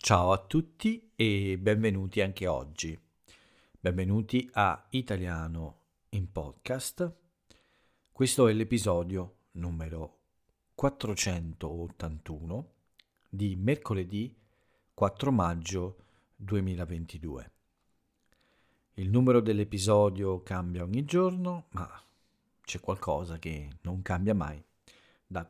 Ciao a tutti e benvenuti anche oggi. Benvenuti a Italiano in Podcast. Questo è l'episodio numero 481 di mercoledì 4 maggio 2022. Il numero dell'episodio cambia ogni giorno, ma c'è qualcosa che non cambia mai da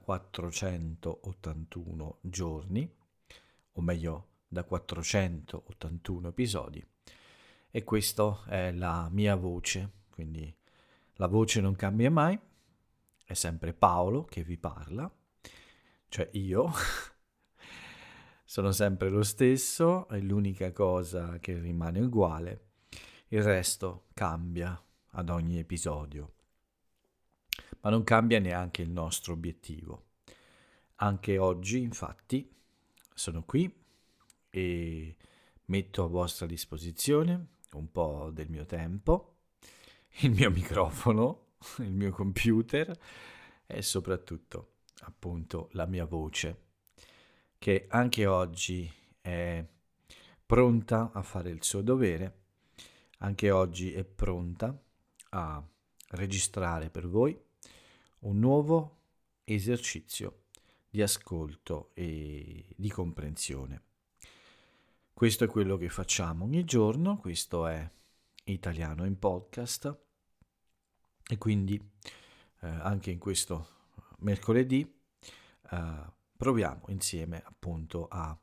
481 giorni, o meglio da 481 episodi, e questa è la mia voce, quindi la voce non cambia mai, è sempre Paolo che vi parla, cioè io. Sono sempre lo stesso, è l'unica cosa che rimane uguale, il resto cambia ad ogni episodio, ma non cambia neanche il nostro obiettivo. Anche oggi, infatti, sono qui e metto a vostra disposizione un po' del mio tempo, il mio microfono, il mio computer e soprattutto, appunto, la mia voce, che anche oggi è pronta a fare il suo dovere, anche oggi è pronta a registrare per voi un nuovo esercizio di ascolto e di comprensione. Questo è quello che facciamo ogni giorno, questo è Italiano in Podcast e quindi anche in questo mercoledì proviamo insieme appunto a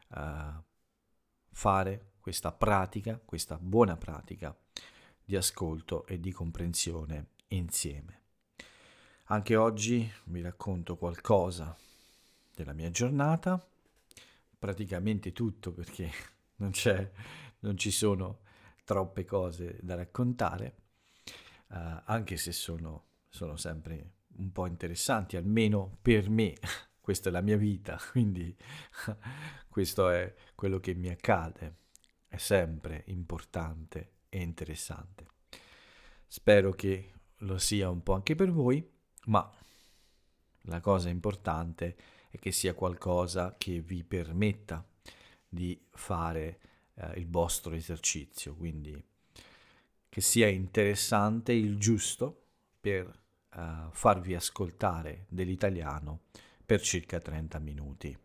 fare questa pratica, questa buona pratica di ascolto e di comprensione insieme. Anche oggi vi racconto qualcosa della mia giornata, praticamente tutto perché non ci sono troppe cose da raccontare, anche se sono sempre un po' interessanti, almeno per me. Questa è la mia vita, quindi questo è quello che mi accade, è sempre importante e interessante. Spero che lo sia un po' anche per voi, ma la cosa importante è che sia qualcosa che vi permetta di fare il vostro esercizio, quindi che sia interessante il giusto per farvi ascoltare dell'italiano per circa 30 minuti.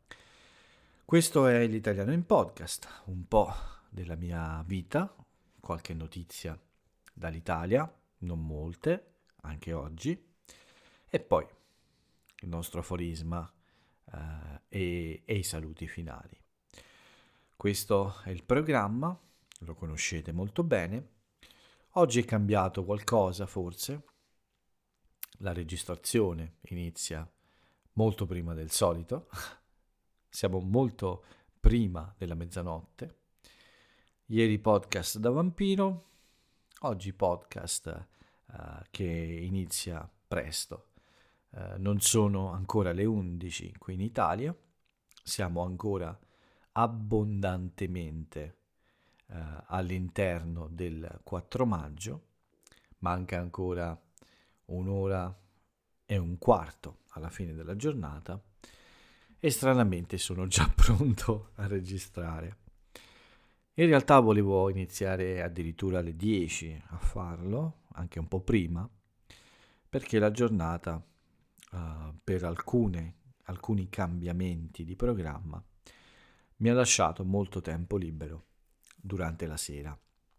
Questo è l'Italiano in Podcast, un po' della mia vita, qualche notizia dall'Italia, non molte, anche oggi, e poi il nostro aforisma e i saluti finali. Questo è il programma, lo conoscete molto bene. Oggi è cambiato qualcosa forse, la registrazione inizia molto prima del solito, siamo molto prima della mezzanotte. Ieri podcast da vampiro, oggi podcast che inizia presto. Non sono ancora le 11 qui in Italia, siamo ancora abbondantemente all'interno del 4 maggio, manca ancora un'ora e un quarto alla fine della giornata e stranamente sono già pronto a registrare. In realtà volevo iniziare addirittura alle 10 a farlo, anche un po' prima, perché la giornata per alcuni cambiamenti di programma mi ha lasciato molto tempo libero durante la sera.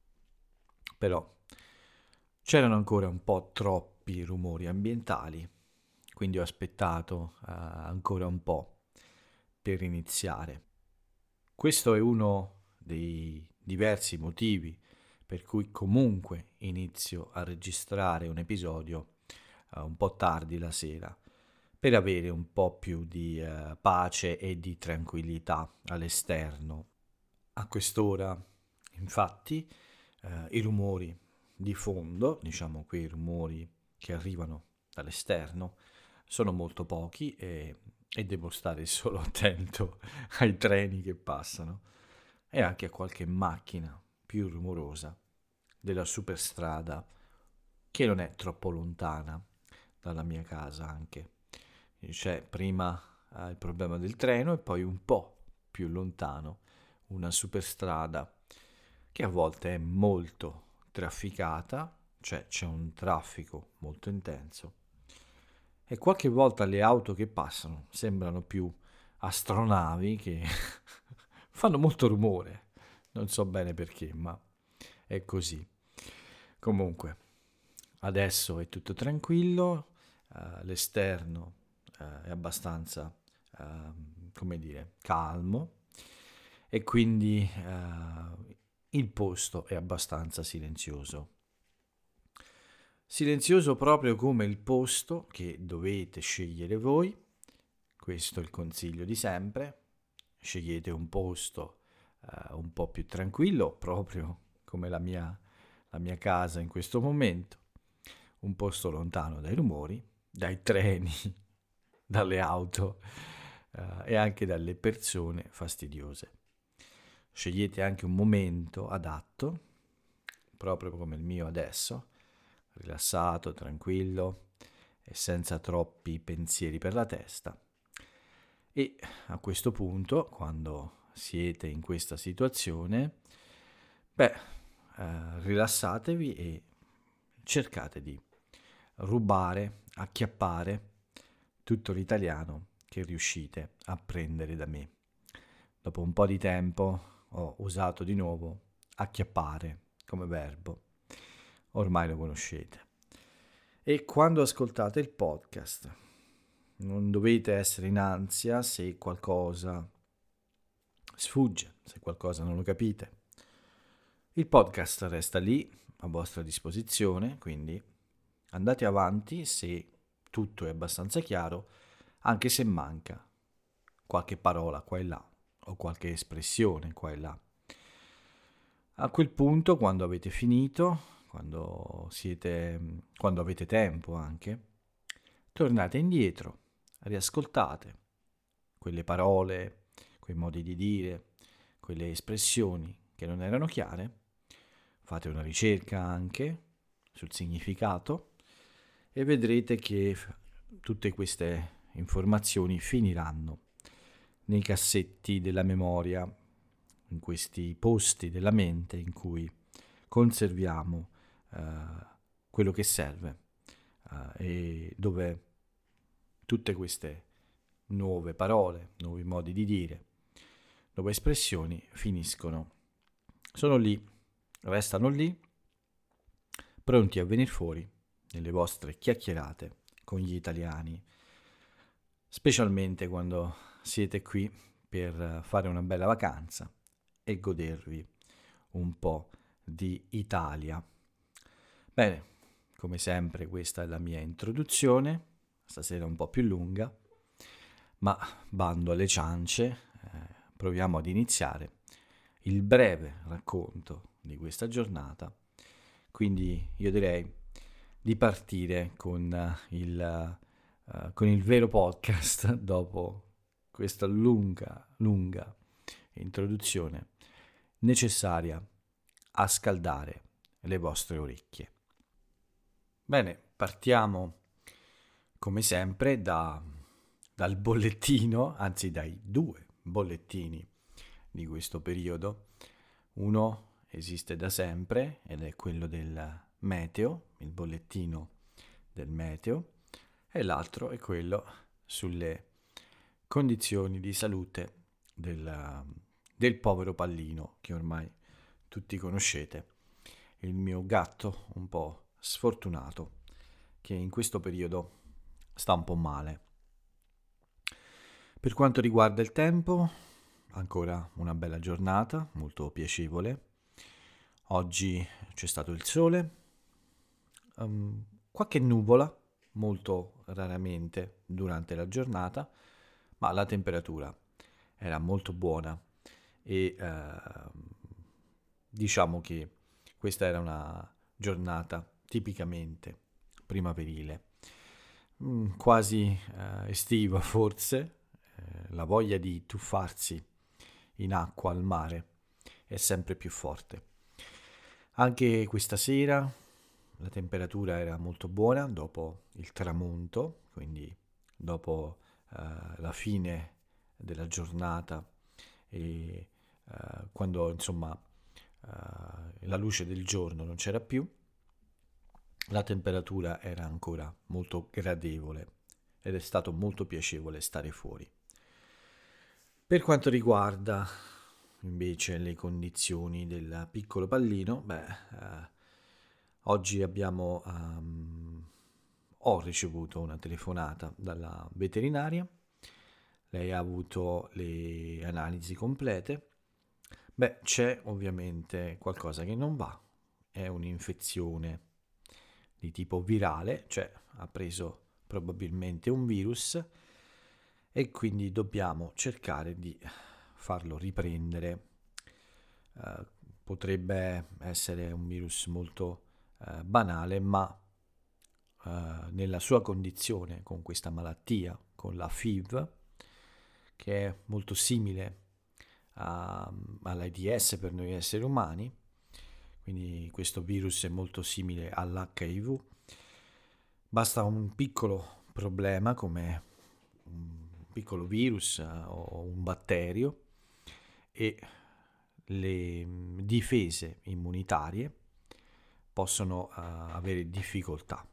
Però c'erano ancora un po' troppi rumori ambientali, quindi ho aspettato ancora un po' per iniziare. Questo è uno dei diversi motivi per cui comunque inizio a registrare un episodio un po' tardi la sera, per avere un po' più di pace e di tranquillità all'esterno. A quest'ora, infatti, i rumori di fondo, diciamo quei rumori che arrivano dall'esterno, sono molto pochi e devo stare solo attento ai treni che passano e anche a qualche macchina più rumorosa della superstrada che non è troppo lontana dalla mia casa anche. C'è prima il problema del treno e poi un po' più lontano, una superstrada che a volte è molto trafficata, cioè c'è un traffico molto intenso e qualche volta le auto che passano sembrano più astronavi che fanno molto rumore. Non so bene perché, ma è così. Comunque, adesso è tutto tranquillo, l'esterno è abbastanza, come dire, calmo e quindi il posto è abbastanza silenzioso. Silenzioso proprio come il posto che dovete scegliere voi. Questo è il consiglio di sempre. Scegliete un posto un po' più tranquillo, proprio come la mia casa in questo momento. Un posto lontano dai rumori, dai treni, dalle auto e anche dalle persone fastidiose. Scegliete anche un momento adatto, proprio come il mio adesso, rilassato, tranquillo e senza troppi pensieri per la testa. E a questo punto, quando siete in questa situazione, rilassatevi e cercate di rubare, acchiappare tutto l'italiano che riuscite a prendere da me. Dopo un po' di tempo ho usato di nuovo acchiappare come verbo, ormai lo conoscete. E quando ascoltate il podcast, non dovete essere in ansia se qualcosa sfugge, se qualcosa non lo capite. Il podcast resta lì a vostra disposizione, quindi andate avanti se tutto è abbastanza chiaro, anche se manca qualche parola qua e là o qualche espressione qua e là. A quel punto, quando avete finito, quando avete tempo anche, tornate indietro, riascoltate quelle parole, quei modi di dire, quelle espressioni che non erano chiare, fate una ricerca anche sul significato e vedrete che tutte queste informazioni finiranno nei cassetti della memoria, in questi posti della mente in cui conserviamo quello che serve e dove tutte queste nuove parole, nuovi modi di dire, nuove espressioni finiscono. Sono lì, restano lì, pronti a venire fuori nelle vostre chiacchierate con gli italiani, specialmente quando siete qui per fare una bella vacanza e godervi un po' di Italia. Bene, come sempre questa è la mia introduzione, stasera un po' più lunga, ma bando alle ciance, proviamo ad iniziare il breve racconto di questa giornata. Quindi io direi di partire con il vero podcast dopo questa lunga introduzione necessaria a scaldare le vostre orecchie. Bene, partiamo come sempre dal bollettino, anzi dai due bollettini di questo periodo. Uno esiste da sempre ed è quello del meteo, il bollettino del meteo, e l'altro è quello sulle condizioni di salute del povero Pallino, che ormai tutti conoscete, il mio gatto un po' sfortunato, che in questo periodo sta un po' male. Per quanto riguarda il tempo, ancora una bella giornata, molto piacevole. Oggi c'è stato il sole, qualche nuvola, molto raramente durante la giornata, ma la temperatura era molto buona e diciamo che questa era una giornata tipicamente primaverile, quasi estiva forse, la voglia di tuffarsi in acqua al mare è sempre più forte. Anche questa sera la temperatura era molto buona dopo il tramonto, quindi dopo la fine della giornata e quando insomma la luce del giorno non c'era più, la temperatura era ancora molto gradevole ed è stato molto piacevole stare fuori. Per quanto riguarda invece le condizioni del piccolo pallino, oggi ho ricevuto una telefonata dalla veterinaria, lei ha avuto le analisi complete. C'è ovviamente qualcosa che non va, è un'infezione di tipo virale, cioè ha preso probabilmente un virus e quindi dobbiamo cercare di farlo riprendere. Potrebbe essere un virus molto banale, ma nella sua condizione con questa malattia, con la FIV, che è molto simile all'AIDS per noi esseri umani, quindi questo virus è molto simile all'HIV. Basta un piccolo problema come un piccolo virus o un batterio e le difese immunitarie possono avere difficoltà.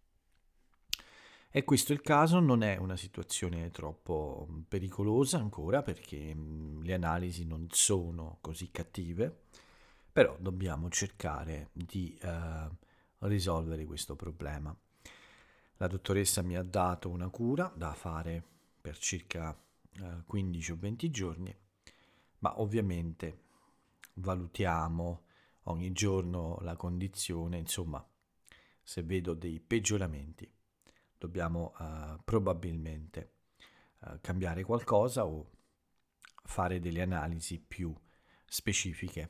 E questo è il caso, non è una situazione troppo pericolosa ancora perché le analisi non sono così cattive, però dobbiamo cercare di risolvere questo problema. La dottoressa mi ha dato una cura da fare per circa 15 o 20 giorni, ma ovviamente valutiamo ogni giorno la condizione, insomma, se vedo dei peggioramenti dobbiamo probabilmente cambiare qualcosa o fare delle analisi più specifiche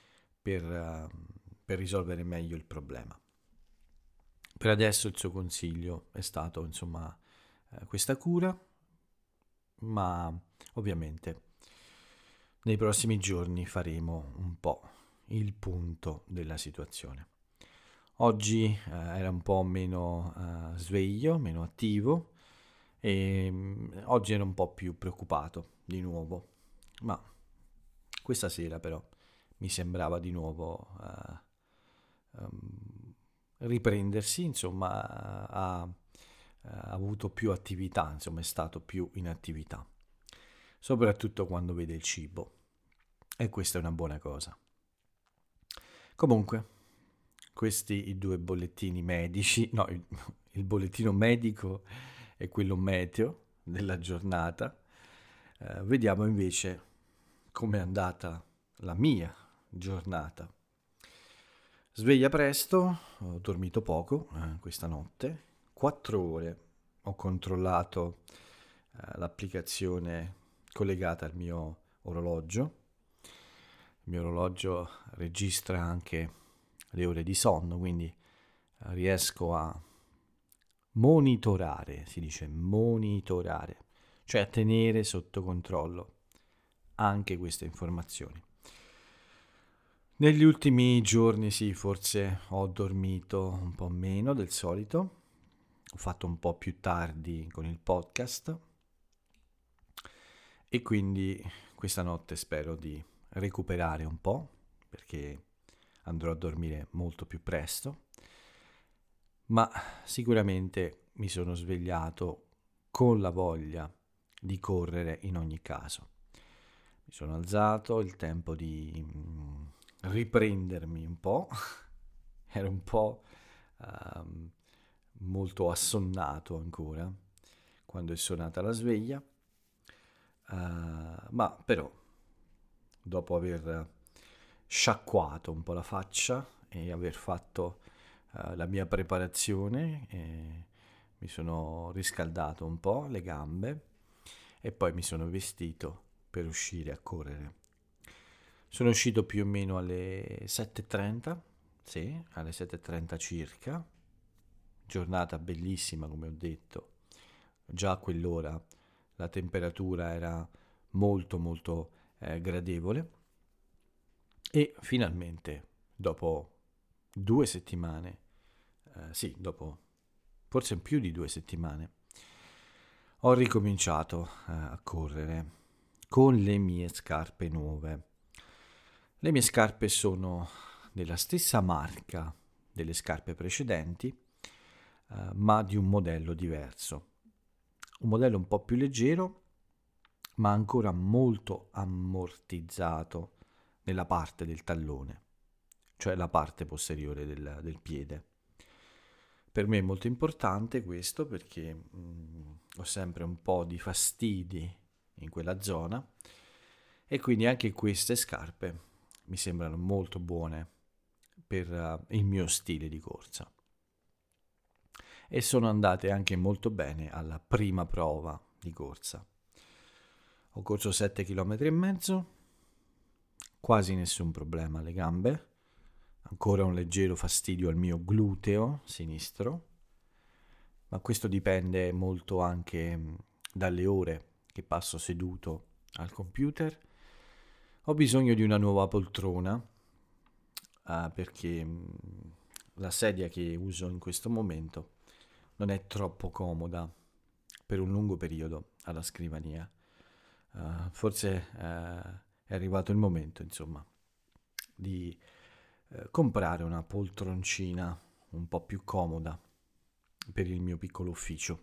per risolvere meglio il problema. Per adesso il suo consiglio è stato, insomma, questa cura, ma ovviamente nei prossimi giorni faremo un po' il punto della situazione. Oggi era un po' meno sveglio, meno attivo e oggi ero un po' più preoccupato di nuovo, ma questa sera però mi sembrava di nuovo riprendersi, insomma ha avuto più attività, insomma è stato più in attività, soprattutto quando vede il cibo e questa è una buona cosa. Comunque, questi i due bollettini medici, no, il bollettino medico e quello meteo della giornata. Vediamo invece com'è andata la mia giornata. Sveglia presto, ho dormito poco questa notte, 4 ore ho controllato l'applicazione collegata al mio orologio. Il mio orologio registra anche le ore di sonno, quindi riesco a monitorare, si dice monitorare, cioè a tenere sotto controllo anche queste informazioni. Negli ultimi giorni sì, forse ho dormito un po' meno del solito, ho fatto un po' più tardi con il podcast e quindi questa notte spero di recuperare un po' perché andrò a dormire molto più presto, ma sicuramente mi sono svegliato con la voglia di correre in ogni caso. Mi sono alzato, il tempo di riprendermi un po', ero un po' molto assonnato ancora quando è suonata la sveglia, ma però dopo aver sciacquato un po' la faccia e aver fatto la mia preparazione, mi sono riscaldato un po' le gambe e poi mi sono vestito per uscire a correre. Sono uscito più o meno alle 7:30, sì, alle 7:30 circa, giornata bellissima come ho detto, già a quell'ora la temperatura era molto molto gradevole e finalmente dopo 2 settimane, sì, dopo forse più di 2 settimane, ho ricominciato a correre con le mie scarpe nuove. Le mie scarpe sono della stessa marca delle scarpe precedenti, ma di un modello diverso. Un modello un po' più leggero, ma ancora molto ammortizzato nella parte del tallone, cioè la parte posteriore del piede. Per me è molto importante questo perché ho sempre un po' di fastidi in quella zona e quindi anche queste scarpe mi sembrano molto buone per il mio stile di corsa. E sono andate anche molto bene alla prima prova di corsa. Ho corso 7 km e mezzo, quasi nessun problema alle gambe, ancora un leggero fastidio al mio gluteo sinistro, ma questo dipende molto anche dalle ore che passo seduto al computer. Ho bisogno di una nuova poltrona perché la sedia che uso in questo momento non è troppo comoda per un lungo periodo alla scrivania. Forse è arrivato il momento, insomma, di comprare una poltroncina un po' più comoda per il mio piccolo ufficio.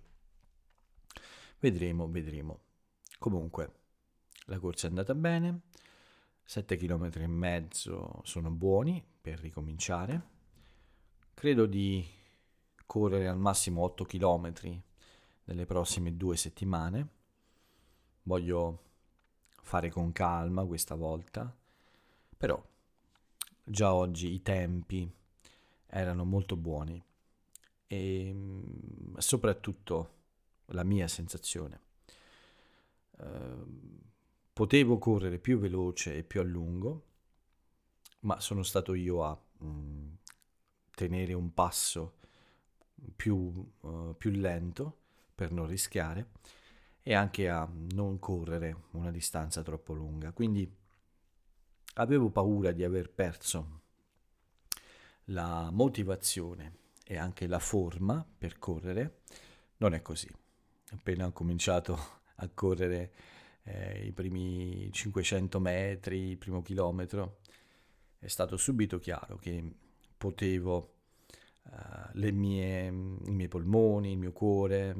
Vedremo. Comunque, la corsa è andata bene, 7 km e mezzo sono buoni per ricominciare. Credo di correre al massimo 8 km nelle prossime 2 settimane. Voglio fare con calma questa volta, però già oggi i tempi erano molto buoni e soprattutto la mia sensazione. Potevo correre più veloce e più a lungo, ma sono stato io a tenere un passo più lento per non rischiare e anche a non correre una distanza troppo lunga. Quindi avevo paura di aver perso la motivazione e anche la forma per correre. Non è così. Appena ho cominciato a correre i primi 500 metri, il primo chilometro, è stato subito chiaro che potevo i miei polmoni, il mio cuore,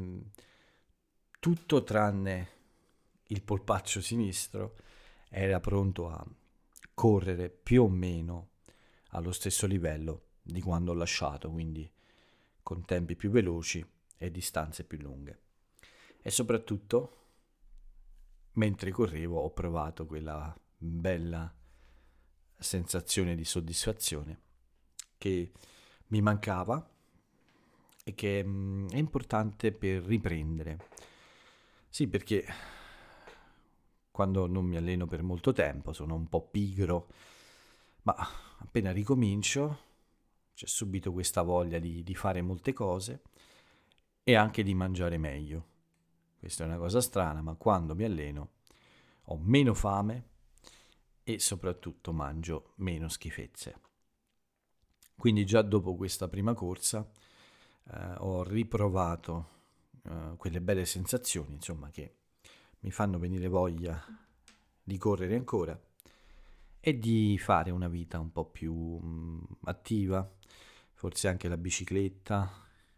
tutto tranne il polpaccio sinistro era pronto a correre più o meno allo stesso livello di quando ho lasciato, quindi con tempi più veloci e distanze più lunghe. E soprattutto, mentre correvo, ho provato quella bella sensazione di soddisfazione che mi mancava e che è importante per riprendere. Sì, perché quando non mi alleno per molto tempo sono un po' pigro, ma appena ricomincio c'è subito questa voglia di fare molte cose e anche di mangiare meglio. Questa è una cosa strana, ma quando mi alleno ho meno fame e soprattutto mangio meno schifezze. Quindi già dopo questa prima corsa ho riprovato quelle belle sensazioni, insomma, che mi fanno venire voglia di correre ancora e di fare una vita un po' più attiva, forse anche la bicicletta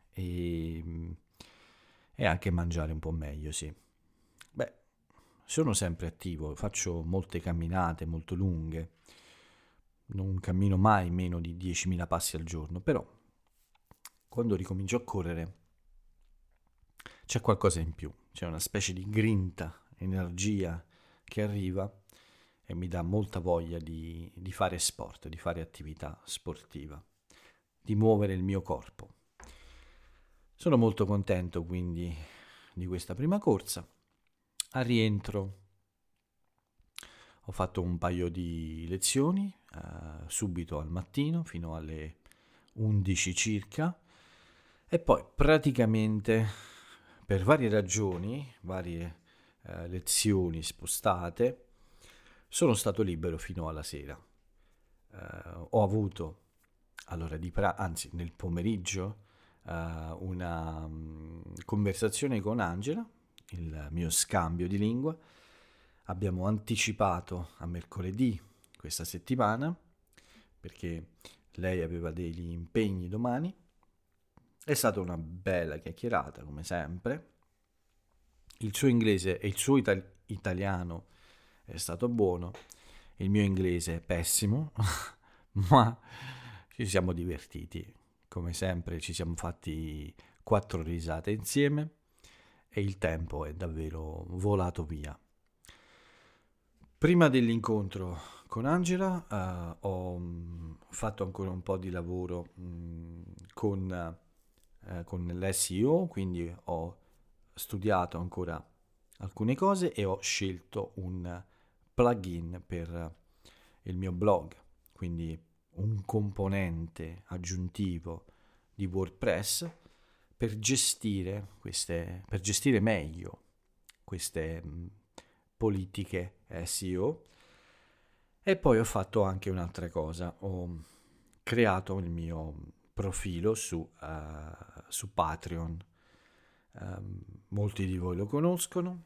e anche mangiare un po' meglio, sì. Beh, sono sempre attivo, faccio molte camminate molto lunghe, non cammino mai meno di 10.000 passi al giorno, però quando ricomincio a correre c'è qualcosa in più, c'è una specie di grinta, energia che arriva e mi dà molta voglia di fare sport, di fare attività sportiva, di muovere il mio corpo. Sono molto contento quindi di questa prima corsa. Al rientro ho fatto un paio di lezioni, subito al mattino fino alle 11 circa, e poi praticamente per varie ragioni, varie lezioni spostate, sono stato libero fino alla sera. Ho avuto all'ora di anzi nel pomeriggio, una conversazione con Angela, il mio scambio di lingua. abbiamo anticipato a mercoledì questa settimana perché lei aveva degli impegni domani. È stata una bella chiacchierata, come sempre. Il suo inglese e il suo italiano è stato buono, il mio inglese è pessimo, ma ci siamo divertiti. Come sempre ci siamo fatti 4 risate insieme e il tempo è davvero volato via. Prima dell'incontro con Angela ho fatto ancora un po' di lavoro con l'SEO, quindi ho studiato ancora alcune cose e ho scelto un plugin per il mio blog, quindi un componente aggiuntivo di WordPress per gestire meglio queste politiche SEO. E poi ho fatto anche un'altra cosa, ho creato il mio profilo su Patreon. Molti di voi lo conoscono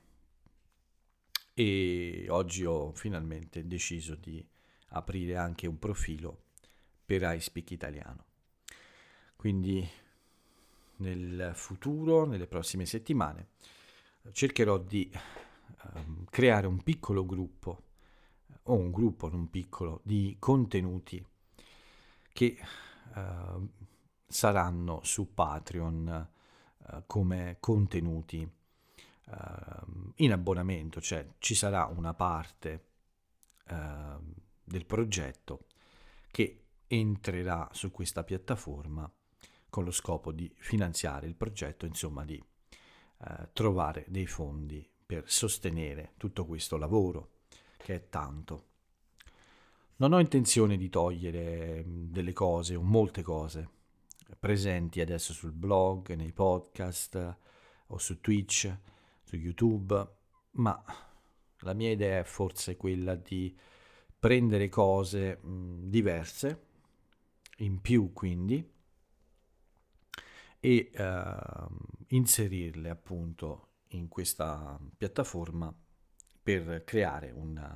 e oggi ho finalmente deciso di aprire anche un profilo per iSpeak Italiano. Quindi nel futuro, nelle prossime settimane, cercherò di creare un piccolo gruppo, o un gruppo non piccolo, di contenuti che saranno su Patreon come contenuti in abbonamento, cioè ci sarà una parte del progetto che entrerà su questa piattaforma con lo scopo di finanziare il progetto, insomma di trovare dei fondi per sostenere tutto questo lavoro che è tanto. Non ho intenzione di togliere delle cose o molte cose presenti adesso sul blog, nei podcast o su Twitch, su YouTube, ma la mia idea è forse quella di prendere cose diverse, in più quindi, e inserirle appunto in questa piattaforma per creare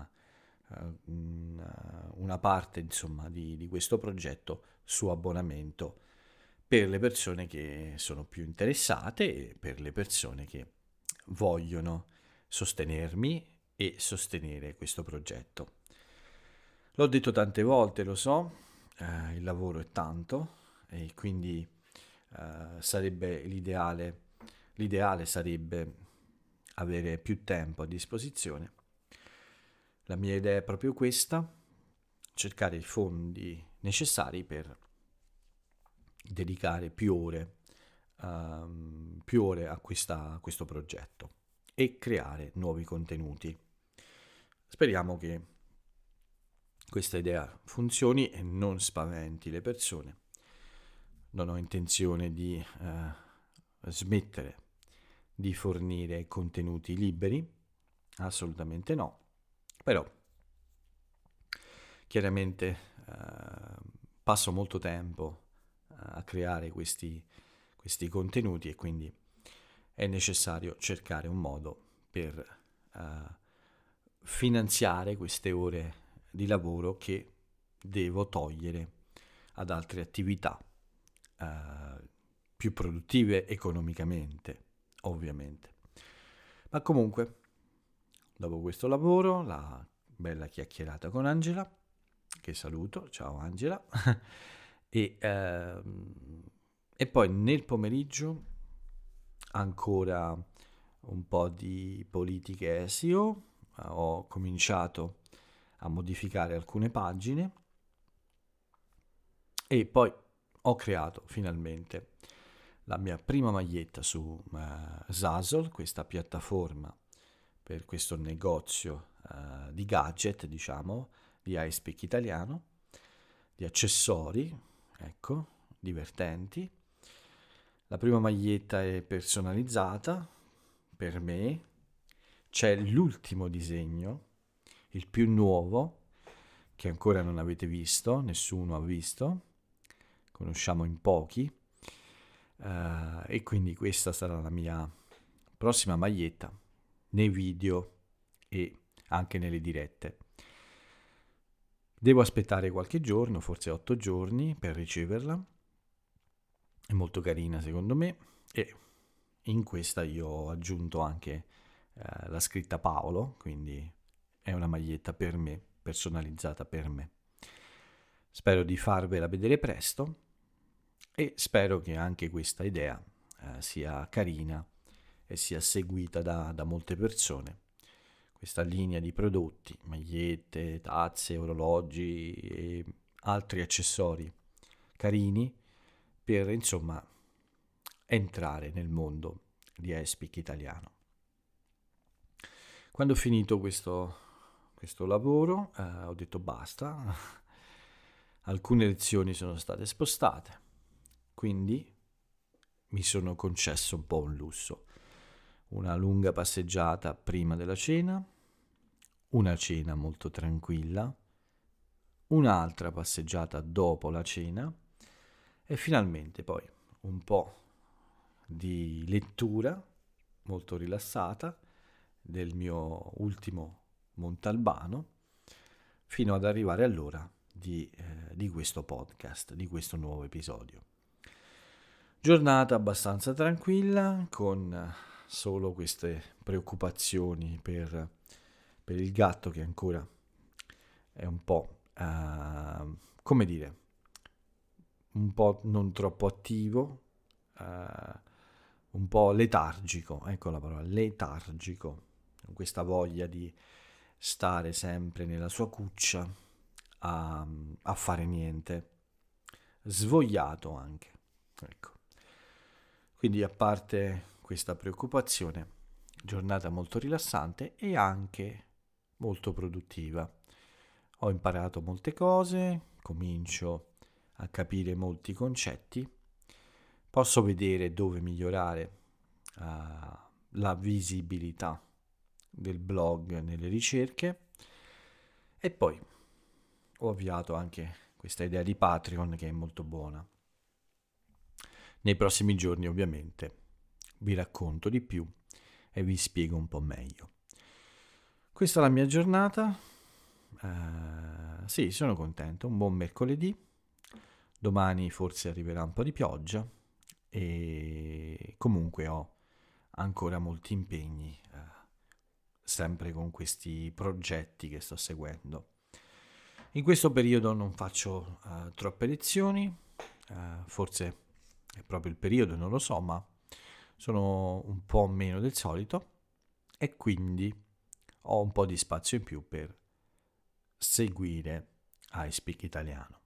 una parte insomma di questo progetto su abbonamento per le persone che sono più interessate e per le persone che vogliono sostenermi e sostenere questo progetto. L'ho detto tante volte, lo so, il lavoro è tanto e quindi sarebbe l'ideale sarebbe avere più tempo a disposizione. La mia idea è proprio questa, cercare i fondi necessari per dedicare più ore a questo progetto e creare nuovi contenuti. Speriamo che questa idea funzioni e non spaventi le persone. Non ho intenzione di smettere di fornire contenuti liberi, assolutamente no, però chiaramente passo molto tempo a creare questi contenuti e quindi è necessario cercare un modo per finanziare queste ore di lavoro che devo togliere ad altre attività più produttive economicamente, ovviamente. Ma comunque, dopo questo lavoro, la bella chiacchierata con Angela, che saluto, ciao Angela, e poi nel pomeriggio ancora un po' di politiche SEO, ho cominciato a modificare alcune pagine e poi ho creato finalmente la mia prima maglietta su Zazzle, questa piattaforma per questo negozio di gadget, diciamo, di iSpeak Italiano, di accessori, ecco, divertenti. La prima maglietta è personalizzata per me, c'è l'ultimo disegno, il più nuovo, che ancora non avete visto, nessuno ha visto, conosciamo in pochi, e quindi questa sarà la mia prossima maglietta nei video e anche nelle dirette. Devo aspettare qualche giorno, forse 8 giorni, per riceverla. È molto carina secondo me, e in questa io ho aggiunto anche la scritta Paolo, quindi è una maglietta per me, personalizzata per me. Spero di farvela vedere presto e spero che anche questa idea sia carina e sia seguita da molte persone. Questa linea di prodotti, magliette, tazze, orologi e altri accessori carini per insomma entrare nel mondo di iSpeak Italiano. Quando ho finito questo lavoro ho detto basta, alcune lezioni sono state spostate, quindi mi sono concesso un po' un lusso, una lunga passeggiata prima della cena, una cena molto tranquilla, un'altra passeggiata dopo la cena e finalmente poi un po' di lettura molto rilassata del mio ultimo Montalbano fino ad arrivare all'ora di questo podcast, di questo nuovo episodio. Giornata abbastanza tranquilla, con solo queste preoccupazioni per il gatto che ancora è un po', come dire, un po' non troppo attivo, un po' letargico, ecco la parola, letargico, con questa voglia di stare sempre nella sua cuccia a fare niente, svogliato anche, ecco. Quindi a parte questa preoccupazione, giornata molto rilassante e anche molto produttiva. Ho imparato molte cose, comincio a capire molti concetti, posso vedere dove migliorare la visibilità del blog nelle ricerche e poi ho avviato anche questa idea di Patreon che è molto buona. Nei prossimi giorni ovviamente vi racconto di più e vi spiego un po' meglio. Questa è la mia giornata, sì, sono contento, un buon mercoledì, domani forse arriverà un po' di pioggia e comunque ho ancora molti impegni, sempre con questi progetti che sto seguendo. In questo periodo non faccio troppe lezioni, forse è proprio il periodo, non lo so, ma sono un po' meno del solito e quindi ho un po' di spazio in più per seguire iSpeak Italiano.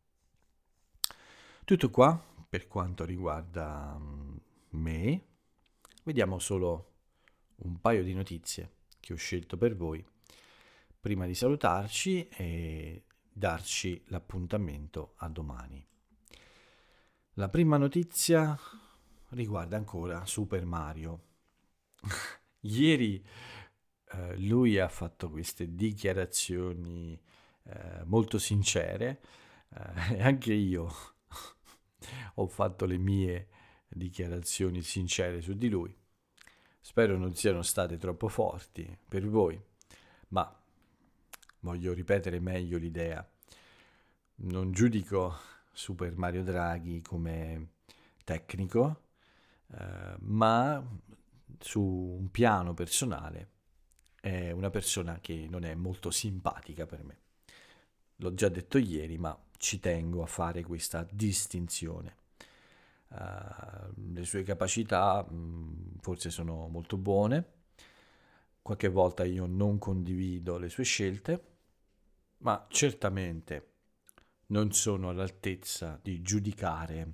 Tutto qua per quanto riguarda me. Vediamo solo un paio di notizie che ho scelto per voi prima di salutarci e darci l'appuntamento a domani. La prima notizia riguarda ancora Super Mario. Ieri lui ha fatto queste dichiarazioni molto sincere e anche io ho fatto le mie dichiarazioni sincere su di lui. Spero non siano state troppo forti per voi, ma voglio ripetere meglio l'idea. Non giudico Super Mario Draghi come tecnico, ma su un piano personale è una persona che non è molto simpatica per me. L'ho già detto ieri, ma ci tengo a fare questa distinzione. Le sue capacità forse sono molto buone, qualche volta io non condivido le sue scelte, ma certamente non sono all'altezza di giudicare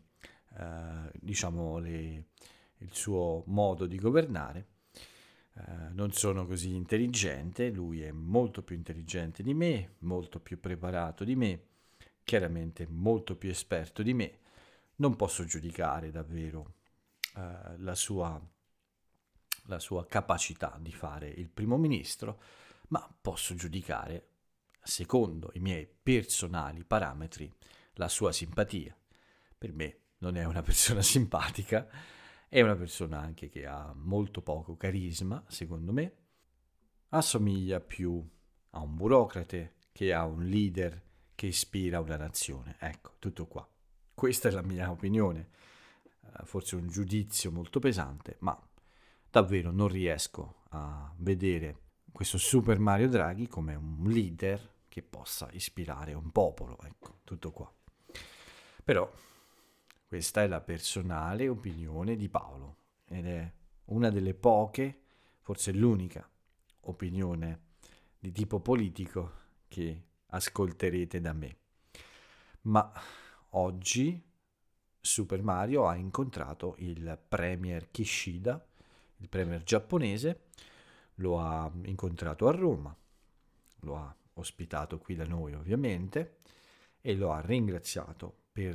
il suo modo di governare. Non sono così intelligente, lui è molto più intelligente di me, molto più preparato di me, chiaramente molto più esperto di me. Non posso giudicare davvero la sua capacità di fare il primo ministro, ma posso giudicare, secondo i miei personali parametri, la sua simpatia. Per me non è una persona simpatica, è una persona anche che ha molto poco carisma, secondo me, assomiglia più a un burocrate che a un leader che ispira una nazione. Ecco, tutto qua. Questa è la mia opinione, forse un giudizio molto pesante, ma davvero non riesco a vedere questo Super Mario Draghi come un leader che possa ispirare un popolo, ecco, tutto qua. Però questa è la personale opinione di Paolo ed è una delle poche, forse l'unica opinione di tipo politico che ascolterete da me. Ma oggi Super Mario ha incontrato il premier Kishida, il premier giapponese, lo ha incontrato a Roma, lo ha ospitato qui da noi ovviamente e lo ha ringraziato per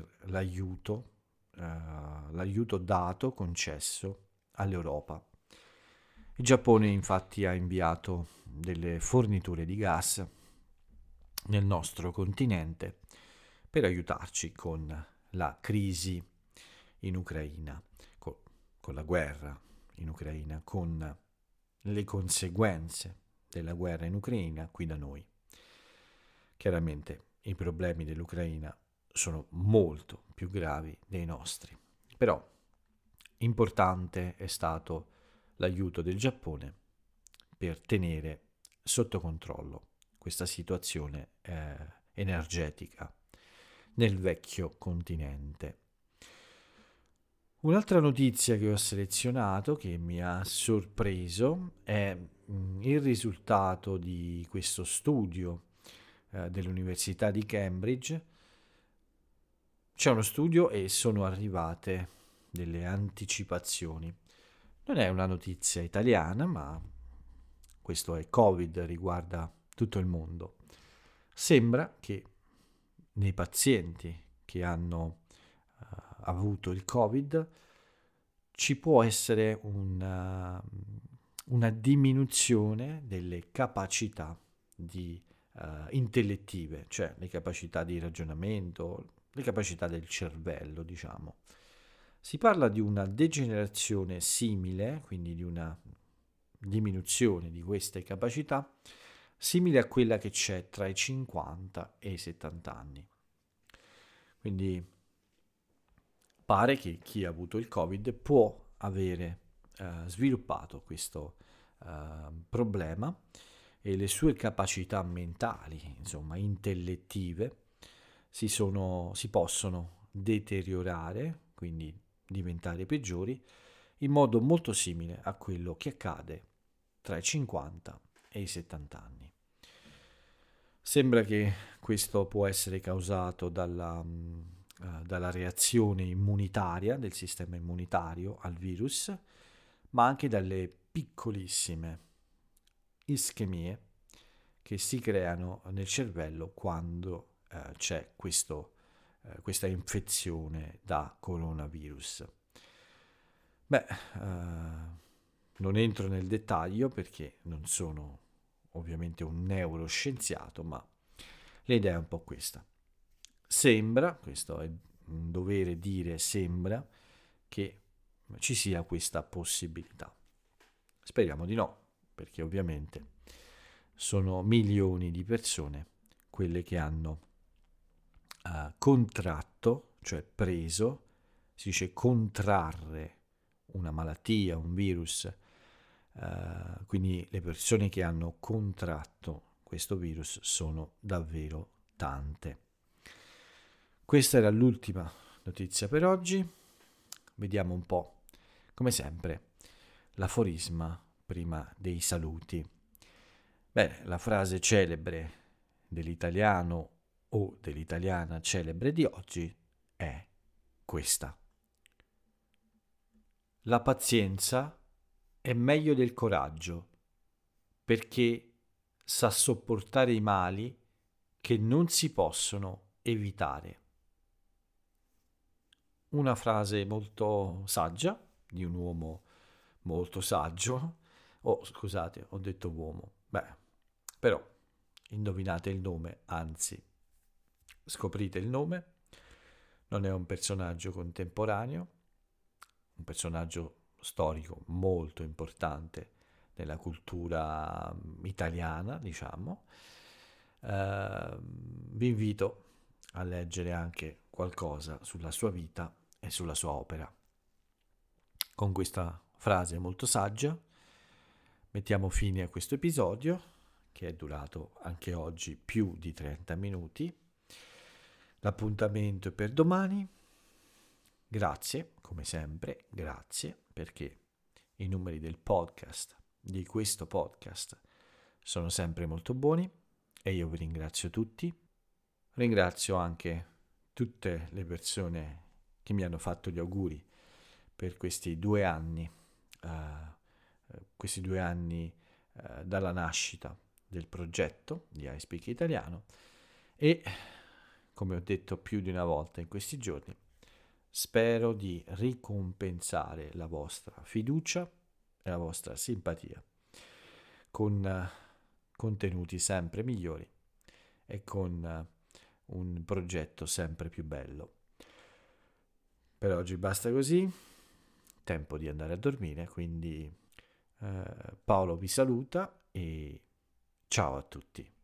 l'aiuto dato, concesso all'Europa. Il Giappone infatti ha inviato delle forniture di gas nel nostro continente per aiutarci con la crisi in Ucraina, con la guerra in Ucraina, con le conseguenze della guerra in Ucraina qui da noi. Chiaramente i problemi dell'Ucraina sono molto più gravi dei nostri, però importante è stato l'aiuto del Giappone per tenere sotto controllo questa situazione energetica nel vecchio continente. Un'altra notizia che ho selezionato che mi ha sorpreso è il risultato di questo studio dell'Università di Cambridge. C'è uno studio e sono arrivate delle anticipazioni. Non è una notizia italiana, ma questo è Covid, riguarda tutto il mondo. Sembra che nei pazienti che hanno avuto il Covid ci può essere una diminuzione delle capacità intellettive, cioè le capacità di ragionamento, le capacità del cervello, diciamo. Si parla di una degenerazione simile, quindi di una diminuzione di queste capacità, simile a quella che c'è tra i 50 e i 70 anni. Quindi pare che chi ha avuto il Covid può avere sviluppato questo problema e le sue capacità mentali, insomma, intellettive, si possono deteriorare, quindi diventare peggiori, in modo molto simile a quello che accade tra i 50 e i 70 anni. Sembra che questo può essere causato dalla reazione immunitaria del sistema immunitario al virus, ma anche dalle piccolissime ischemie che si creano nel cervello quando c'è questa infezione da coronavirus. Non entro nel dettaglio perché non sono ovviamente un neuroscienziato, ma l'idea è un po' questa. Sembra, questo è un dovere dire sembra, che ci sia questa possibilità. Speriamo di no, perché ovviamente sono milioni di persone quelle che hanno contratto, cioè preso, si dice contrarre una malattia, un virus, quindi le persone che hanno contratto questo virus sono davvero tante. Questa era l'ultima notizia per oggi. Vediamo un po', come sempre, l'aforisma prima dei saluti. Bene, la frase celebre dell'italiano o dell'italiana celebre di oggi è questa. La pazienza è meglio del coraggio, perché sa sopportare i mali che non si possono evitare. Una frase molto saggia di un uomo molto saggio. Oh, scusate, ho detto uomo. Però indovinate il nome, anzi, scoprite il nome. Non è un personaggio contemporaneo, un personaggio storico molto importante nella cultura italiana, diciamo. Vi invito a leggere anche qualcosa sulla sua vita e sulla sua opera. Con questa frase molto saggia mettiamo fine a questo episodio, che è durato anche oggi più di 30 minuti. L'appuntamento è per domani. Grazie, come sempre, grazie, perché i numeri del podcast, di questo podcast, sono sempre molto buoni e io vi ringrazio tutti. Ringrazio anche tutte le persone che mi hanno fatto gli auguri per questi 2 anni, dalla nascita del progetto di iSpeak Italiano e, come ho detto più di una volta in questi giorni, spero di ricompensare la vostra fiducia e la vostra simpatia con contenuti sempre migliori e con un progetto sempre più bello. Per oggi basta così, tempo di andare a dormire, quindi Paolo vi saluta e ciao a tutti.